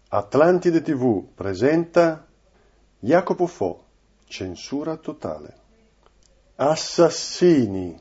Atlantide TV presenta Jacopo Fo, censura totale. Assassini.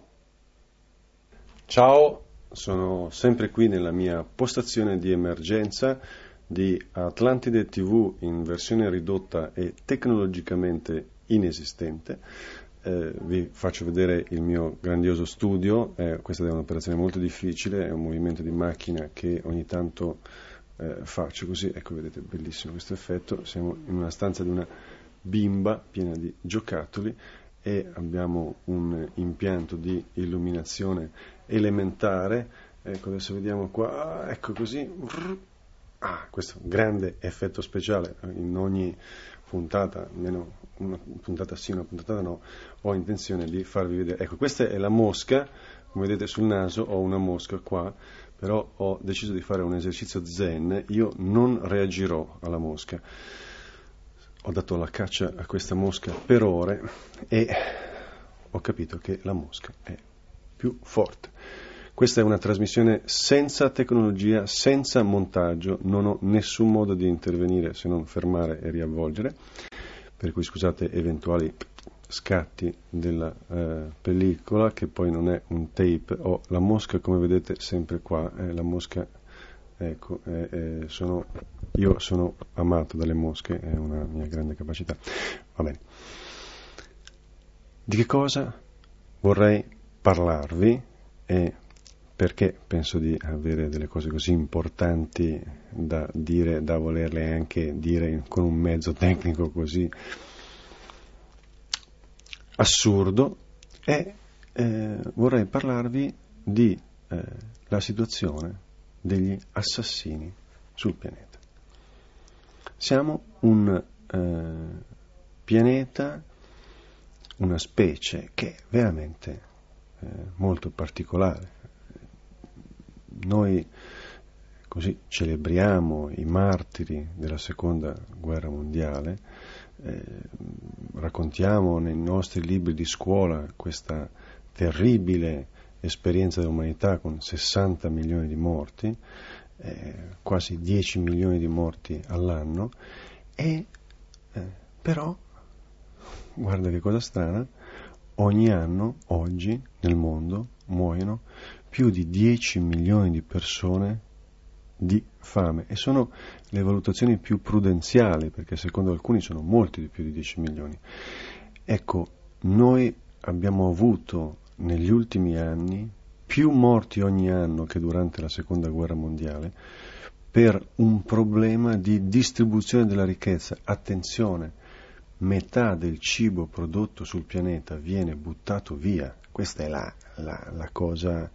Ciao, sono sempre qui nella mia postazione di emergenza di Atlantide TV in versione ridotta e tecnologicamente inesistente. Vi faccio vedere il mio grandioso studio. Questa è un'operazione molto difficile, è un movimento di macchina che ogni tanto faccio così, ecco, vedete, bellissimo questo effetto. Siamo in una stanza di una bimba piena di giocattoli e abbiamo un impianto di illuminazione elementare. Ecco, adesso vediamo qua, ecco così. Questo grande effetto speciale in ogni puntata, almeno una puntata sì, una puntata no, ho intenzione di farvi vedere. Ecco, questa è la mosca, come vedete sul naso ho una mosca qua, però ho deciso di fare un esercizio zen. Io non reagirò alla mosca. Ho dato la caccia a questa mosca per ore e ho capito che la mosca è più forte. Questa è una trasmissione senza tecnologia, senza montaggio, non ho nessun modo di intervenire se non fermare e riavvolgere, per cui scusate eventuali scatti della pellicola, che poi non è un tape. Ho la mosca, come vedete, sempre qua, la mosca, ecco, io sono amato dalle mosche, è una mia grande capacità. Va bene. Di che cosa vorrei parlarvi e perché penso di avere delle cose così importanti da dire, da volerle anche dire con un mezzo tecnico così assurdo, e vorrei parlarvi di la situazione degli assassini sul pianeta. Siamo un pianeta, una specie che è veramente molto particolare. Noi così celebriamo i martiri della seconda guerra mondiale, raccontiamo nei nostri libri di scuola questa terribile esperienza dell'umanità con 60 milioni di morti, quasi 10 milioni di morti all'anno, e però, guarda che cosa strana, ogni anno, oggi, nel mondo, muoiono più di 10 milioni di persone di fame, e sono le valutazioni più prudenziali, perché secondo alcuni sono molti di più di 10 milioni. Ecco, noi abbiamo avuto negli ultimi anni più morti ogni anno che durante la seconda guerra mondiale per un problema di distribuzione della ricchezza. Attenzione, metà del cibo prodotto sul pianeta viene buttato via. Questa è la cosa,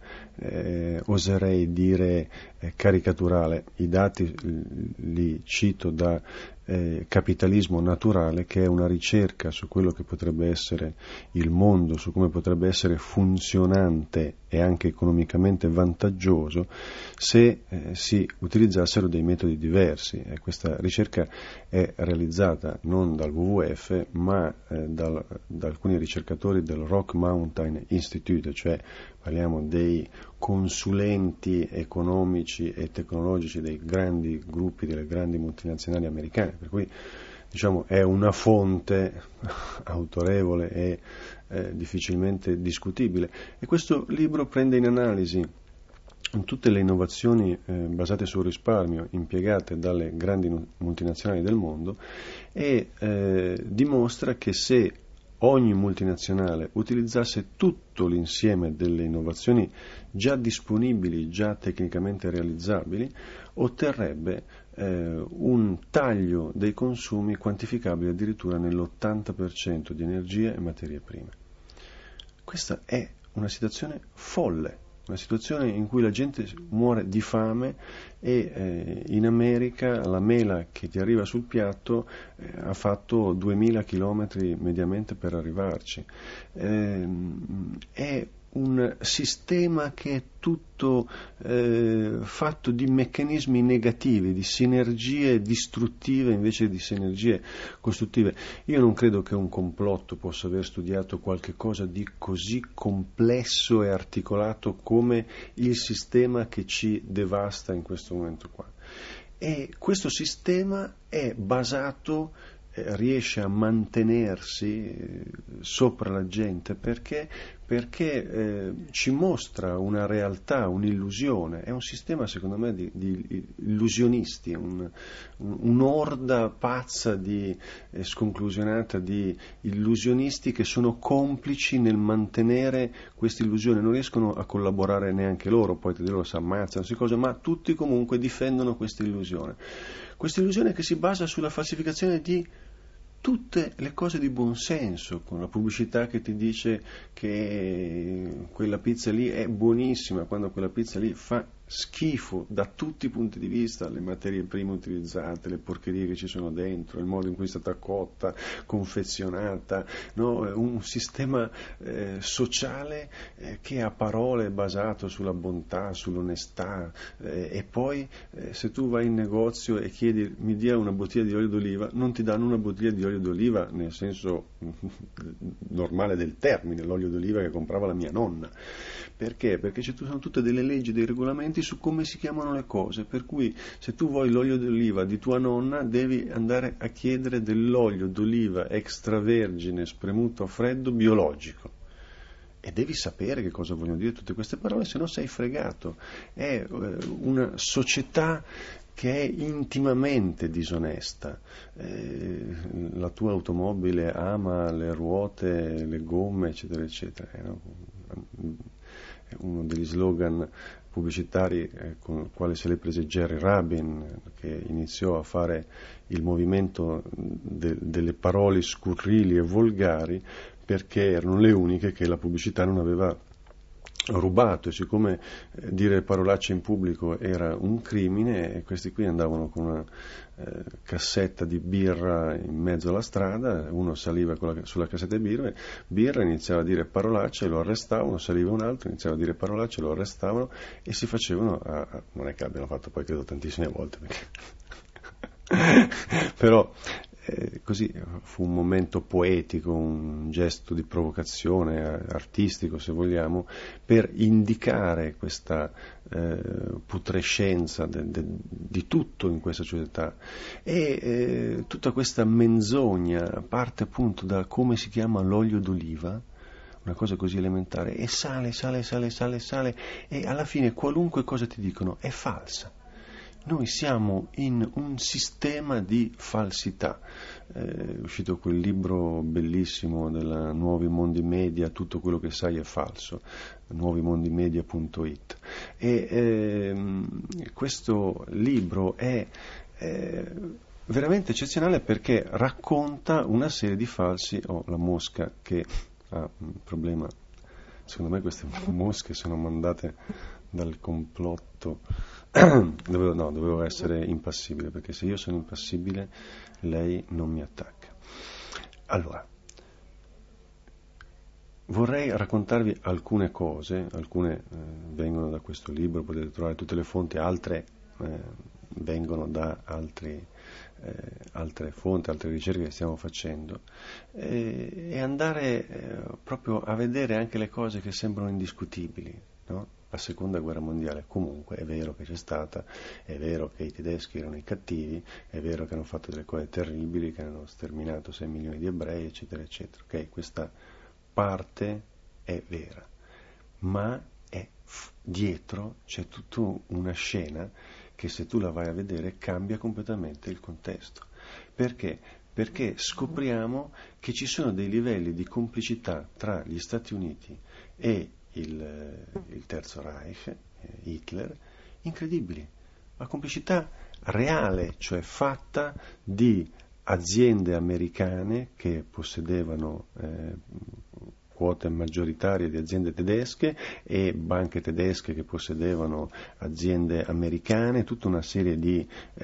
oserei dire, caricaturale. I dati li cito da Capitalismo Naturale, che è una ricerca su quello che potrebbe essere il mondo, su come potrebbe essere funzionante e anche economicamente vantaggioso se si utilizzassero dei metodi diversi. Questa ricerca è realizzata non dal WWF ma da alcuni ricercatori del Rock Mountain Institute, cioè parliamo dei consulenti economici e tecnologici dei grandi gruppi, delle grandi multinazionali americane, per cui diciamo è una fonte autorevole e difficilmente discutibile. E questo libro prende in analisi tutte le innovazioni basate sul risparmio impiegate dalle grandi multinazionali del mondo e dimostra che se ogni multinazionale utilizzasse tutto l'insieme delle innovazioni già disponibili, già tecnicamente realizzabili, otterrebbe un taglio dei consumi quantificabile addirittura nell'80% di energia e materie prime. Questa è una situazione folle. Una situazione in cui la gente muore di fame e in America la mela che ti arriva sul piatto ha fatto 2000 chilometri mediamente per arrivarci. È un sistema che è tutto fatto di meccanismi negativi, di sinergie distruttive invece di sinergie costruttive. Io non credo che un complotto possa aver studiato qualche cosa di così complesso e articolato come il sistema che ci devasta in questo momento qua. E questo sistema è basato, riesce a mantenersi sopra la gente perché ci mostra una realtà, un'illusione. È un sistema, secondo me, di illusionisti, un'orda pazza, sconclusionata di illusionisti che sono complici nel mantenere questa illusione. Non riescono a collaborare neanche loro, poi loro si ammazzano, ma tutti comunque difendono questa illusione. Questa illusione che si basa sulla falsificazione di tutte le cose di buon senso, con la pubblicità che ti dice che quella pizza lì è buonissima, quando quella pizza lì fa schifo da tutti i punti di vista, le materie prime utilizzate, le porcherie che ci sono dentro, il modo in cui è stata cotta, confezionata, no? Un sistema sociale che a parole è basato sulla bontà, sull'onestà, e poi se tu vai in negozio e chiedi mi dia una bottiglia di olio d'oliva, non ti danno una bottiglia di olio d'oliva nel senso normale del termine, l'olio d'oliva che comprava la mia nonna. Perché? Perché ci sono tutte delle leggi, dei regolamenti su come si chiamano le cose, per cui se tu vuoi l'olio d'oliva di tua nonna devi andare a chiedere dell'olio d'oliva extravergine spremuto a freddo biologico. E devi sapere che cosa vogliono dire tutte queste parole, se no sei fregato. È una società che è intimamente disonesta. La tua automobile ama le ruote, le gomme, eccetera, eccetera. No? Uno degli slogan pubblicitari con il quale se l'è prese Jerry Rabin, che iniziò a fare il movimento delle parole scurrili e volgari, perché erano le uniche che la pubblicità non aveva rubato, e siccome dire parolacce in pubblico era un crimine, e questi qui andavano con una cassetta di birra in mezzo alla strada, uno saliva sulla cassetta di birra, iniziava a dire parolacce e lo arrestavano, saliva un altro, iniziava a dire parolacce e lo arrestavano, e si facevano, non è che l'abbiano fatto poi credo tantissime volte, però così fu un momento poetico, un gesto di provocazione, artistico se vogliamo, per indicare questa putrescenza di tutto in questa società. E tutta questa menzogna parte appunto da come si chiama l'olio d'oliva, una cosa così elementare, e sale, e alla fine qualunque cosa ti dicono è falsa. Noi siamo in un sistema di falsità. È uscito quel libro bellissimo della Nuovi Mondi Media, Tutto quello che sai è falso, nuovimondi-media.it, e questo libro è veramente eccezionale perché racconta una serie di falsi. La mosca che ha un problema, secondo me queste mosche sono mandate dal complotto. Dovevo essere impassibile, perché se io sono impassibile lei non mi attacca. Allora, vorrei raccontarvi alcune cose, alcune vengono da questo libro, potete trovare tutte le fonti, altre vengono da altre fonti, altre ricerche che stiamo facendo, e andare proprio a vedere anche le cose che sembrano indiscutibili, no? La seconda guerra mondiale comunque è vero che c'è stata, è vero che i tedeschi erano i cattivi, è vero che hanno fatto delle cose terribili, che hanno sterminato 6 milioni di ebrei, eccetera, eccetera. Okay? Questa parte è vera, ma dietro c'è tutta una scena che se tu la vai a vedere cambia completamente il contesto. Perché? Perché scopriamo che ci sono dei livelli di complicità tra gli Stati Uniti e il Terzo Reich, Hitler, incredibili. La complicità reale, cioè fatta di aziende americane che possedevano quote maggioritarie di aziende tedesche e banche tedesche che possedevano aziende americane, tutta una serie di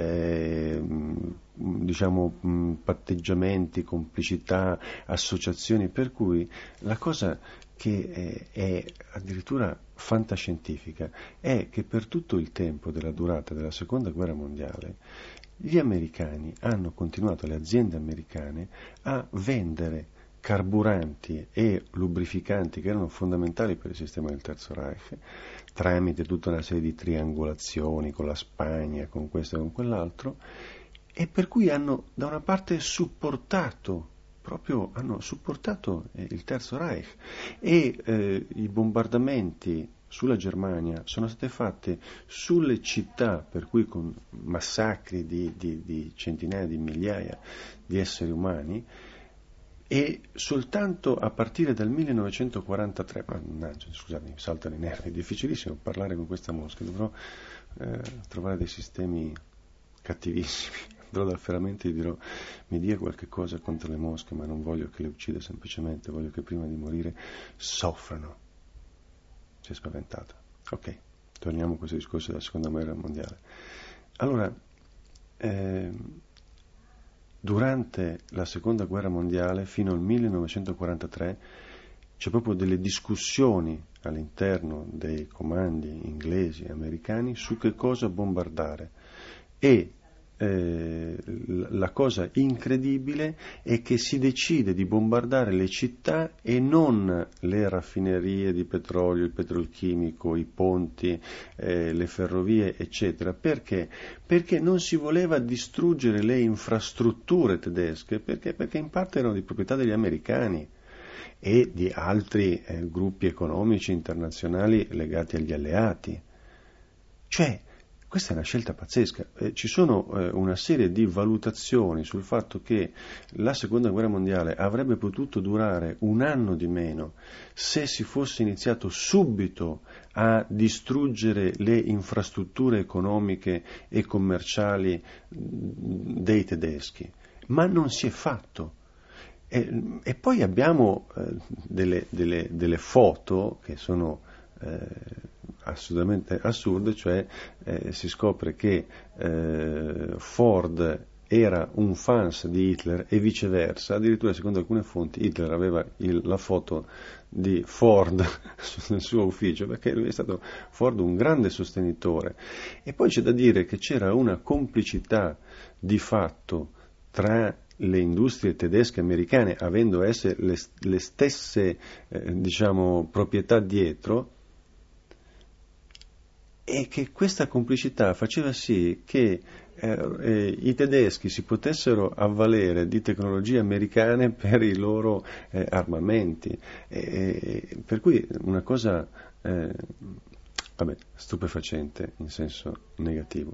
patteggiamenti, complicità, associazioni, per cui la cosa che è addirittura fantascientifica è che per tutto il tempo della durata della seconda guerra mondiale gli americani hanno continuato, le aziende americane, a vendere carburanti e lubrificanti che erano fondamentali per il sistema del Terzo Reich, tramite tutta una serie di triangolazioni con la Spagna, con questo e con quell'altro, e per cui hanno da una parte supportato il Terzo Reich, e i bombardamenti sulla Germania sono state fatte sulle città, per cui con massacri di centinaia di migliaia di esseri umani, e soltanto a partire dal 1943, mannaggia, scusate, mi saltano i nervi, è difficilissimo parlare con questa mosca, dovrò trovare dei sistemi cattivissimi. Andrò dal ferramenta e gli dirò: mi dia qualche cosa contro le mosche, ma non voglio che le uccida, semplicemente voglio che prima di morire soffrano. Si è spaventato. Ok, torniamo a questo discorso della seconda guerra mondiale. Allora, durante la seconda guerra mondiale, fino al 1943, c'è proprio delle discussioni all'interno dei comandi inglesi e americani su che cosa bombardare, e la cosa incredibile è che si decide di bombardare le città e non le raffinerie di petrolio, il petrolchimico, i ponti, le ferrovie, eccetera. Perché? Perché non si voleva distruggere le infrastrutture tedesche, perché in parte erano di proprietà degli americani e di altri gruppi economici internazionali legati agli alleati. Cioè, questa è una scelta pazzesca. Ci sono una serie di valutazioni sul fatto che la seconda guerra mondiale avrebbe potuto durare un anno di meno se si fosse iniziato subito a distruggere le infrastrutture economiche e commerciali dei tedeschi, ma non si è fatto. E poi abbiamo delle foto che sono assolutamente assurde, cioè si scopre che Ford era un fans di Hitler e viceversa, addirittura secondo alcune fonti Hitler aveva la foto di Ford nel suo ufficio, perché lui è stato Ford un grande sostenitore. E poi c'è da dire che c'era una complicità di fatto tra le industrie tedesche e americane, avendo esse le stesse proprietà dietro, e che questa complicità faceva sì che i tedeschi si potessero avvalere di tecnologie americane per i loro armamenti, per cui una cosa stupefacente in senso negativo.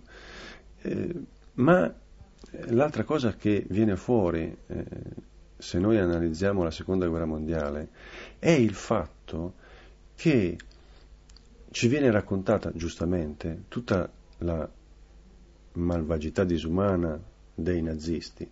Ma l'altra cosa che viene fuori, se noi analizziamo la seconda guerra mondiale, è il fatto che ci viene raccontata giustamente tutta la malvagità disumana dei nazisti,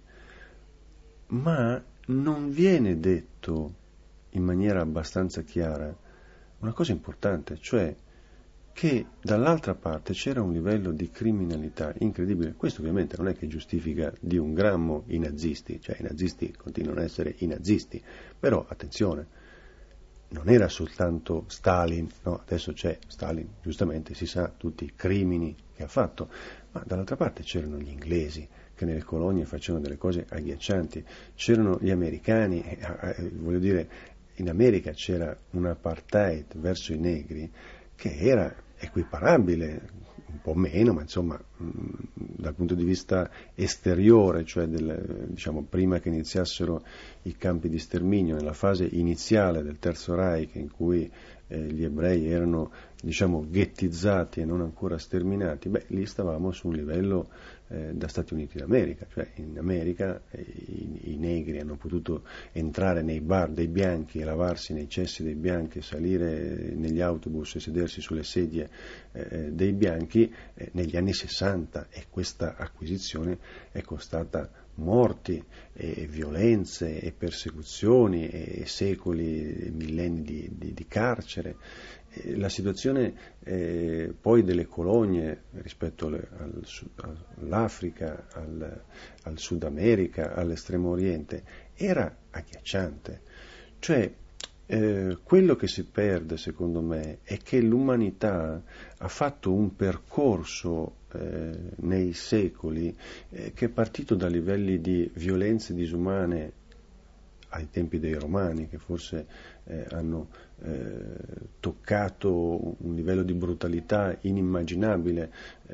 ma non viene detto in maniera abbastanza chiara una cosa importante, cioè che dall'altra parte c'era un livello di criminalità incredibile. Questo ovviamente non è che giustifica di un grammo i nazisti, cioè i nazisti continuano a essere i nazisti, però attenzione, non era soltanto Stalin, no, adesso c'è Stalin, giustamente si sa tutti i crimini che ha fatto, ma dall'altra parte c'erano gli inglesi che nelle colonie facevano delle cose agghiaccianti, c'erano gli americani, voglio dire, in America c'era un apartheid verso i negri che era equiparabile, un po' meno, ma insomma dal punto di vista esteriore, cioè prima che iniziassero i campi di sterminio, nella fase iniziale del Terzo Reich, in cui gli ebrei erano ghettizzati e non ancora sterminati, lì stavamo su un livello da Stati Uniti d'America, cioè in America i negri hanno potuto entrare nei bar dei bianchi e lavarsi nei cessi dei bianchi, salire negli autobus e sedersi sulle sedie dei bianchi negli anni 60, e questa acquisizione è costata morti e violenze e persecuzioni e secoli e millenni di carcere. La situazione poi delle colonie rispetto all'Africa, al Sud America, all'Estremo Oriente era agghiacciante. Cioè quello che si perde, secondo me, è che l'umanità ha fatto un percorso nei secoli che è partito da livelli di violenze disumane ai tempi dei Romani, che forse hanno toccato un livello di brutalità inimmaginabile.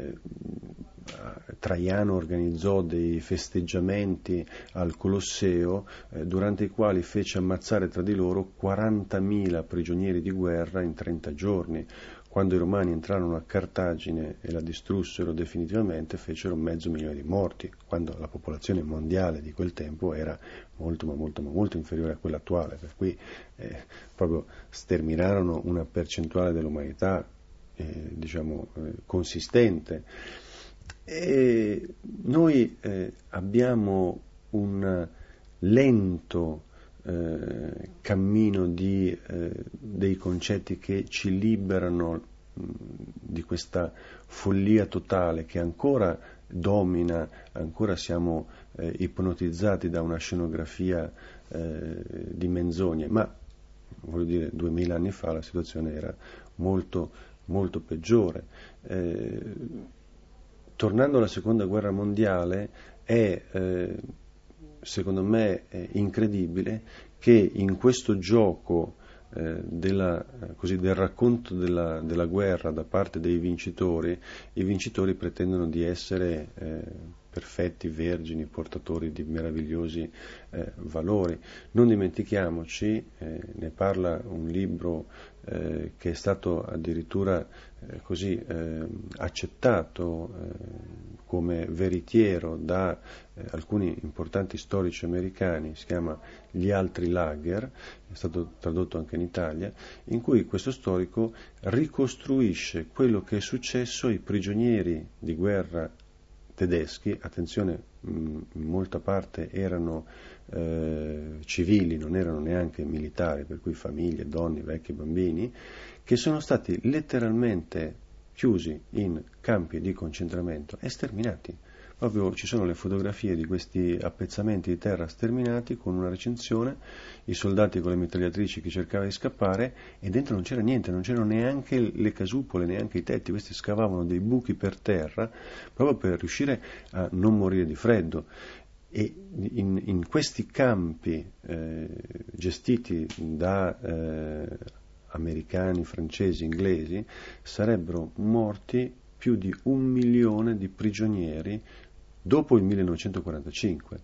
Traiano organizzò dei festeggiamenti al Colosseo durante i quali fece ammazzare tra di loro 40.000 prigionieri di guerra in 30 giorni. Quando i Romani entrarono a Cartagine e la distrussero definitivamente, fecero 500.000 di morti, quando la popolazione mondiale di quel tempo era molto, ma molto inferiore a quella attuale, per cui proprio sterminarono una percentuale dell'umanità, consistente. E noi abbiamo un lento cammino dei concetti che ci liberano di questa follia totale che ancora domina, ancora siamo ipnotizzati da una scenografia di menzogne, ma voglio dire 2000 anni fa la situazione era molto, molto peggiore. Tornando alla seconda guerra mondiale, è secondo me incredibile che in questo gioco del racconto della guerra da parte dei vincitori, i vincitori pretendono di essere perfetti, vergini, portatori di meravigliosi valori. Non dimentichiamoci, ne parla un libro che è stato addirittura accettato come veritiero da alcuni importanti storici americani, si chiama Gli altri lager, è stato tradotto anche in Italia, in cui questo storico ricostruisce quello che è successo ai prigionieri di guerra tedeschi. Attenzione, in molta parte erano civili, non erano neanche militari, per cui famiglie, donne, vecchi, bambini, che sono stati letteralmente chiusi in campi di concentramento e sterminati. Proprio ci sono le fotografie di questi appezzamenti di terra sterminati con una recinzione, i soldati con le mitragliatrici che cercavano di scappare e dentro non c'era niente, non c'erano neanche le casupole, neanche i tetti, questi scavavano dei buchi per terra proprio per riuscire a non morire di freddo. E in questi campi gestiti da americani, francesi, inglesi, sarebbero morti più di 1 milione di prigionieri dopo il 1945.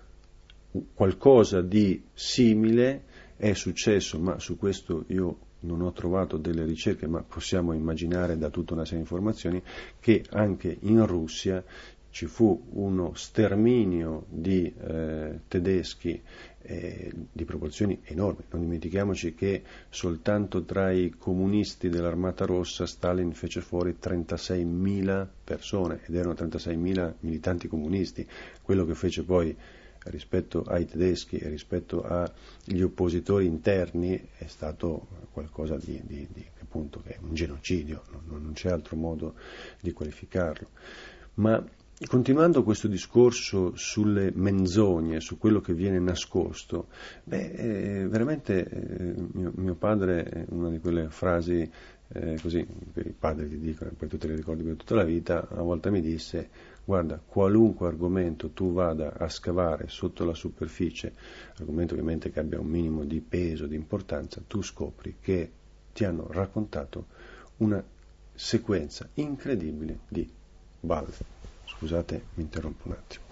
Qualcosa di simile è successo, ma su questo io non ho trovato delle ricerche, ma possiamo immaginare da tutta una serie di informazioni che anche in Russia ci fu uno sterminio di tedeschi di proporzioni enormi. Non dimentichiamoci che soltanto tra i comunisti dell'Armata Rossa Stalin fece fuori 36.000 persone, ed erano 36.000 militanti comunisti. Quello che fece poi rispetto ai tedeschi e rispetto agli oppositori interni è stato qualcosa di appunto che è un genocidio, non c'è altro modo di qualificarlo. Ma continuando questo discorso sulle menzogne, su quello che viene nascosto, veramente mio padre, una di quelle frasi così, per i padri ti dicono, poi tu te le ricordi per tutta la vita, una volta mi disse: guarda, qualunque argomento tu vada a scavare sotto la superficie, argomento ovviamente che abbia un minimo di peso, di importanza, tu scopri che ti hanno raccontato una sequenza incredibile di balle. Scusate, mi interrompo un attimo.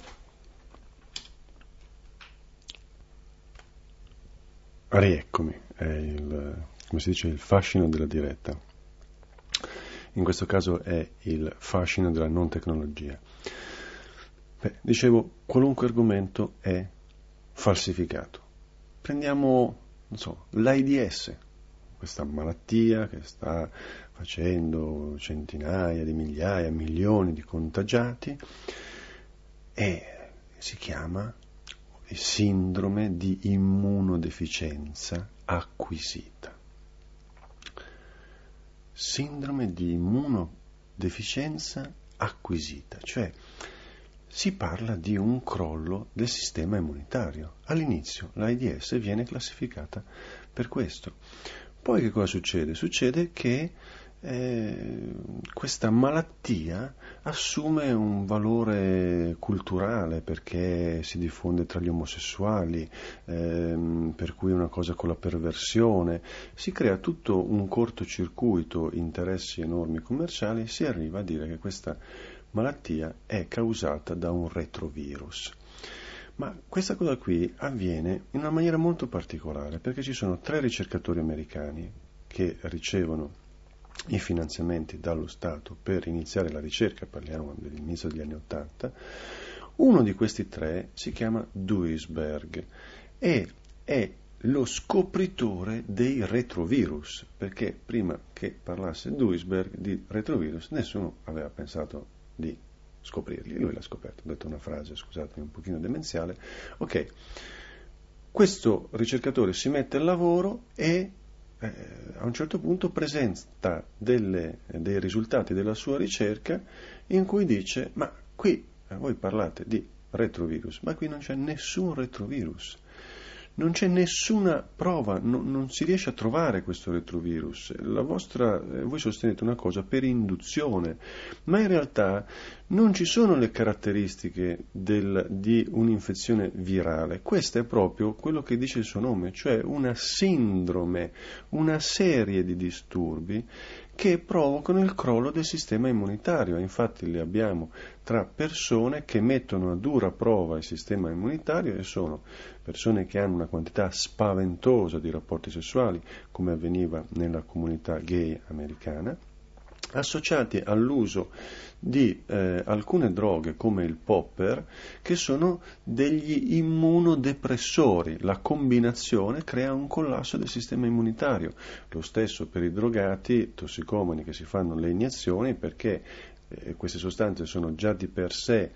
Rieccomi, è come si dice, il fascino della diretta. In questo caso è il fascino della non tecnologia. Dicevo, qualunque argomento è falsificato. Prendiamo, l'AIDS, questa malattia che sta facendo centinaia di migliaia, milioni di contagiati, e si chiama sindrome di immunodeficienza acquisita. Sindrome di immunodeficienza acquisita, cioè si parla di un crollo del sistema immunitario. All'inizio l'AIDS viene classificata per questo. Poi che cosa succede? Succede che questa malattia assume un valore culturale perché si diffonde tra gli omosessuali, per cui è una cosa con la perversione, si crea tutto un cortocircuito, interessi enormi commerciali, si arriva a dire che questa malattia è causata da un retrovirus. Ma questa cosa qui avviene in una maniera molto particolare perché ci sono 3 ricercatori americani che ricevono i finanziamenti dallo Stato per iniziare la ricerca, parliamo dell'inizio degli anni '80, uno di questi 3 si chiama Duisberg e è lo scopritore dei retrovirus, perché prima che parlasse Duisberg di retrovirus nessuno aveva pensato di scoprirli, lui l'ha scoperto, ho detto una frase, scusatemi, un pochino demenziale, ok, questo ricercatore si mette al lavoro e a un certo punto presenta dei risultati della sua ricerca in cui dice, ma qui voi parlate di retrovirus, ma qui non c'è nessun retrovirus, non c'è nessuna prova, non si riesce a trovare questo retrovirus. Voi sostenete una cosa per induzione, ma in realtà non ci sono le caratteristiche di un'infezione virale. Questo è proprio quello che dice il suo nome, cioè una sindrome, una serie di disturbi che provocano il crollo del sistema immunitario. Infatti li abbiamo tra persone che mettono a dura prova il sistema immunitario e sono persone che hanno una quantità spaventosa di rapporti sessuali, come avveniva nella comunità gay americana, associati all'uso di alcune droghe come il popper, che sono degli immunodepressori. La combinazione crea un collasso del sistema immunitario. Lo stesso per i drogati tossicomani che si fanno le iniezioni, perché queste sostanze sono già di per sé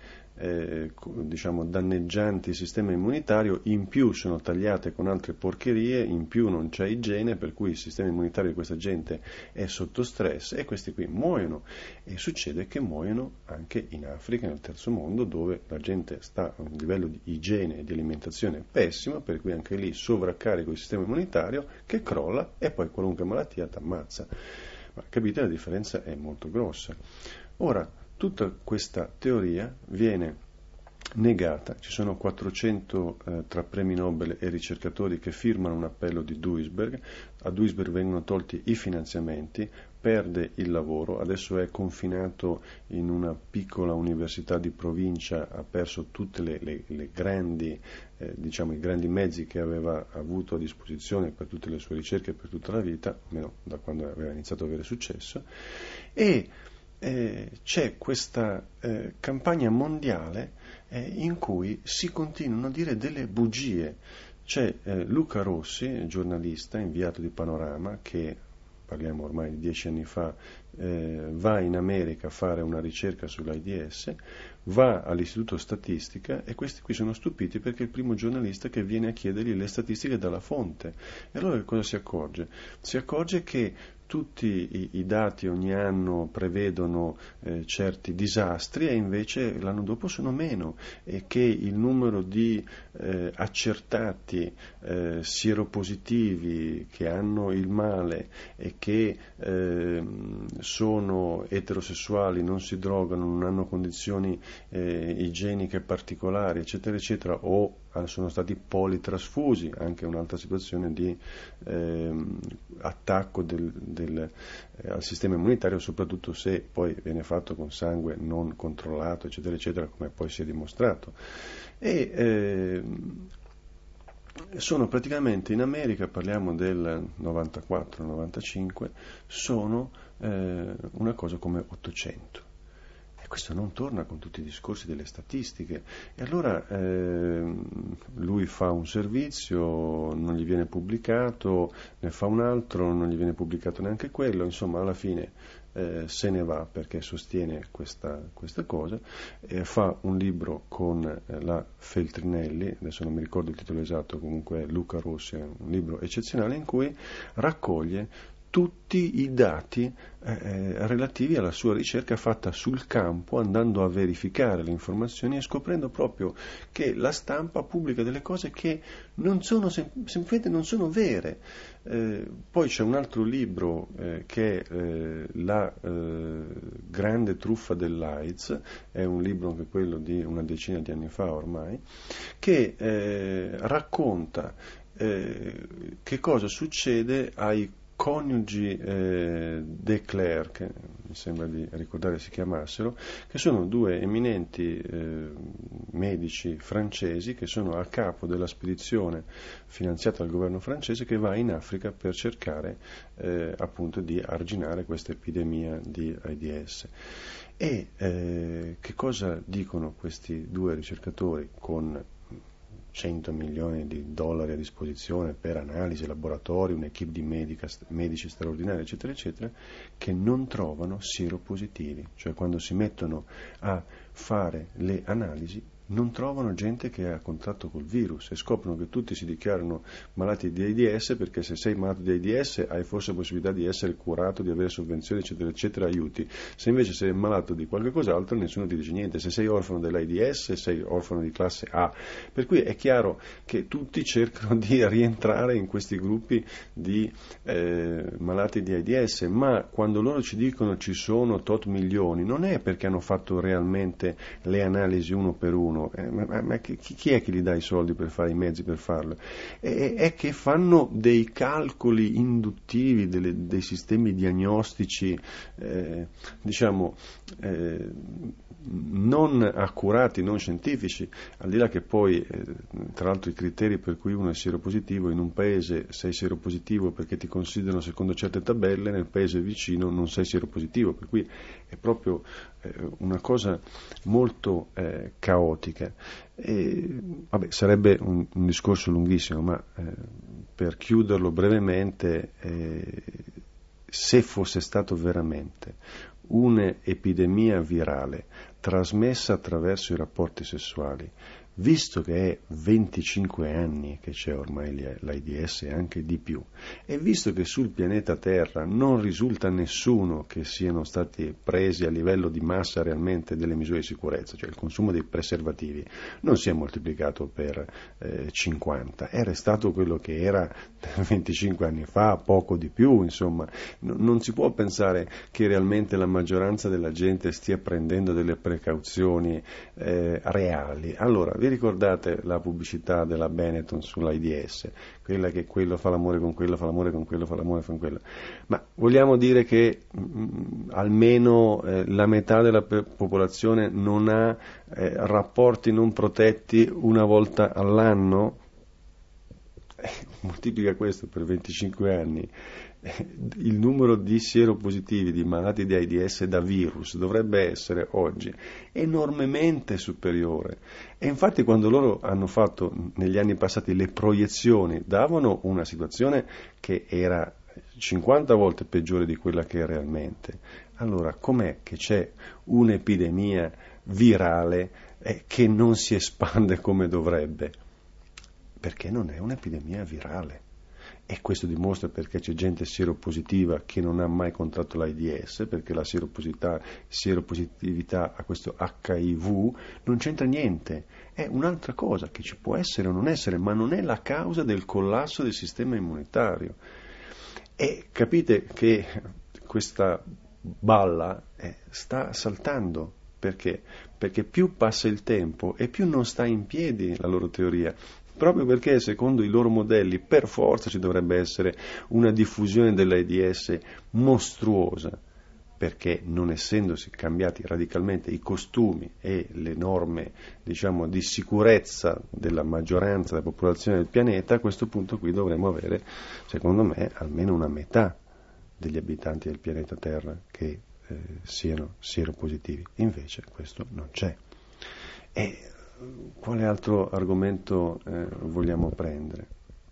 danneggianti il sistema immunitario, in più sono tagliate con altre porcherie, in più non c'è igiene, per cui il sistema immunitario di questa gente è sotto stress e questi qui muoiono, e succede che muoiono anche in Africa, nel terzo mondo, dove la gente sta a un livello di igiene e di alimentazione pessimo, per cui anche lì sovraccarico il sistema immunitario che crolla e poi qualunque malattia ti ammazza. Ma capite, la differenza è molto grossa. Ora, tutta questa teoria viene negata, ci sono 400 tra premi Nobel e ricercatori che firmano un appello di Duisberg, a Duisberg vengono tolti i finanziamenti, perde il lavoro, adesso è confinato in una piccola università di provincia, ha perso tutte le grandi, i grandi mezzi che aveva avuto a disposizione per tutte le sue ricerche per tutta la vita, almeno da quando aveva iniziato ad avere successo, e c'è questa campagna mondiale in cui si continuano a dire delle bugie. C'è Luca Rossi, giornalista, inviato di Panorama, che parliamo ormai di 10 anni fa, va in America a fare una ricerca sull'AIDS, va all'Istituto Statistica e questi qui sono stupiti perché è il primo giornalista che viene a chiedergli le statistiche dalla fonte. E allora che cosa si accorge? Si accorge che tutti i dati ogni anno prevedono certi disastri e invece l'anno dopo sono meno, e che il numero di accertati sieropositivi che hanno il male e che sono eterosessuali, non si drogano, non hanno condizioni igieniche particolari, eccetera, eccetera, o sono stati politrasfusi, anche un'altra situazione di attacco al sistema immunitario, soprattutto se poi viene fatto con sangue non controllato, eccetera, eccetera, come poi si è dimostrato. E sono praticamente in America, parliamo del 94-95, sono una cosa come 800. Questo non torna con tutti i discorsi delle statistiche, e allora lui fa un servizio, non gli viene pubblicato, ne fa un altro, non gli viene pubblicato neanche quello, insomma alla fine se ne va perché sostiene questa cosa, fa un libro con la Feltrinelli, adesso non mi ricordo il titolo esatto, comunque Luca Rossi, è un libro eccezionale in cui raccoglie tutti i dati relativi alla sua ricerca fatta sul campo, andando a verificare le informazioni e scoprendo proprio che la stampa pubblica delle cose che non sono semplicemente non sono vere. Poi c'è un altro libro che è La grande truffa dell'AIDS, è un libro anche quello di una decina di anni fa ormai, che racconta che cosa succede ai coniugi de Clercq, mi sembra di ricordare si chiamassero, che sono due eminenti medici francesi che sono a capo della spedizione finanziata dal governo francese che va in Africa per cercare appunto di arginare questa epidemia di AIDS. E che cosa dicono questi due ricercatori con 100 milioni di dollari a disposizione per analisi, laboratori, un'equipe di medici straordinari, eccetera, eccetera, che non trovano sieropositivi, cioè quando si mettono a fare le analisi non trovano gente che ha contatto col virus e scoprono che tutti si dichiarano malati di AIDS perché se sei malato di AIDS hai forse possibilità di essere curato, di avere sovvenzioni, eccetera, eccetera, aiuti. Se invece sei malato di qualche cos'altro nessuno ti dice niente. Se sei orfano dell'AIDS sei orfano di classe A. Per cui è chiaro che tutti cercano di rientrare in questi gruppi di malati di AIDS, ma quando loro ci dicono ci sono tot milioni non è perché hanno fatto realmente le analisi uno per uno. Ma chi è che gli dà i soldi per fare i mezzi per farlo? È che fanno dei calcoli induttivi, dei sistemi diagnostici, non accurati, non scientifici, al di là che poi, tra l'altro, i criteri per cui uno è sieropositivo, in un paese sei sieropositivo perché ti considerano secondo certe tabelle, nel paese vicino non sei sieropositivo, per cui è proprio una cosa molto caotica. Vabbè, sarebbe un discorso lunghissimo, ma per chiuderlo brevemente, se fosse stato veramente un'epidemia virale trasmessa attraverso i rapporti sessuali, visto che è 25 anni che c'è ormai l'AIDS e anche di più, e visto che sul pianeta Terra non risulta nessuno che siano stati presi a livello di massa realmente delle misure di sicurezza, cioè il consumo dei preservativi non si è moltiplicato per 50, è restato quello che era 25 anni fa, poco di più, insomma, non si può pensare che realmente la maggioranza della gente stia prendendo delle precauzioni reali. Allora, vi ricordate la pubblicità della Benetton sull'AIDS? Quella che quello fa l'amore con quello, fa l'amore con quello, fa l'amore con quello. Ma vogliamo dire che almeno la metà della popolazione non ha rapporti non protetti una volta all'anno? Moltiplica questo per 25 anni. Il numero di sieropositivi, di malati di AIDS da virus dovrebbe essere oggi enormemente superiore, e infatti quando loro hanno fatto negli anni passati le proiezioni davano una situazione che era 50 volte peggiore di quella che è realmente. Allora com'è che c'è un'epidemia virale che non si espande come dovrebbe? Perché non è un'epidemia virale. E questo dimostra perché c'è gente sieropositiva che non ha mai contratto l'AIDS, perché la sieropositività a questo HIV non c'entra niente, è un'altra cosa che ci può essere o non essere, ma non è la causa del collasso del sistema immunitario. E capite che questa balla sta saltando. Perché? Perché più passa il tempo e più non sta in piedi la loro teoria. Proprio perché secondo i loro modelli per forza ci dovrebbe essere una diffusione dell'AIDS mostruosa, perché non essendosi cambiati radicalmente i costumi e le norme, diciamo, di sicurezza della maggioranza della popolazione del pianeta, a questo punto qui dovremmo avere, secondo me, almeno una metà degli abitanti del pianeta Terra che siano sieropositivi. Invece questo non c'è. E quale altro argomento vogliamo prendere?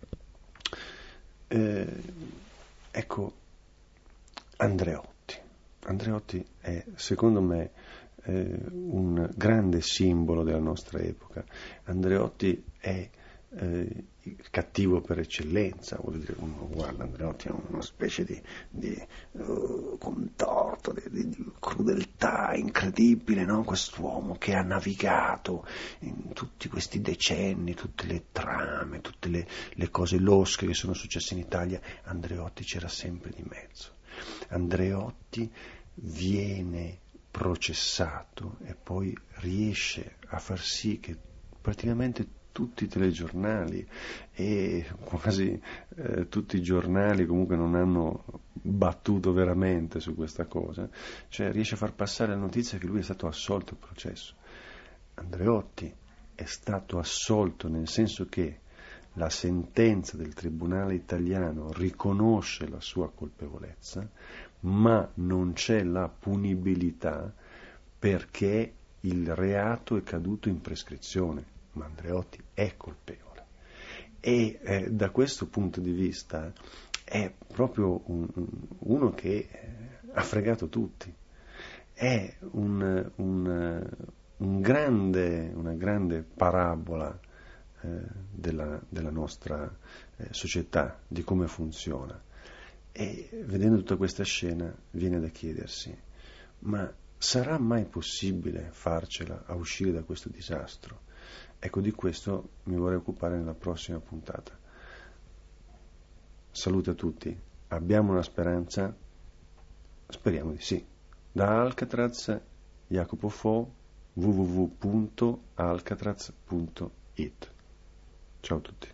Ecco, Andreotti. Andreotti è, secondo me, un grande simbolo della nostra epoca. Andreotti è il cattivo per eccellenza, vuol dire, uno guarda Andreotti è una specie di contorto, di crudeltà incredibile, no? Quest'uomo che ha navigato in tutti questi decenni, tutte le trame, tutte le cose losche che sono successe in Italia. Andreotti c'era sempre di mezzo. Andreotti viene processato e poi riesce a far sì che praticamente tutti i telegiornali e quasi tutti i giornali comunque non hanno battuto veramente su questa cosa, cioè riesce a far passare la notizia che lui è stato assolto al processo. Andreotti è stato assolto nel senso che la sentenza del Tribunale italiano riconosce la sua colpevolezza, ma non c'è la punibilità perché il reato è caduto in prescrizione, ma Andreotti è colpevole. E da questo punto di vista è proprio uno che ha fregato tutti. È una grande parabola della nostra società, di come funziona. E vedendo tutta questa scena viene da chiedersi, ma sarà mai possibile farcela a uscire da questo disastro? Ecco, di questo mi vorrei occupare nella prossima puntata. Salute a tutti, abbiamo una speranza? Speriamo di sì. Da Alcatraz, Jacopo Fo, www.alcatraz.it. Ciao a tutti.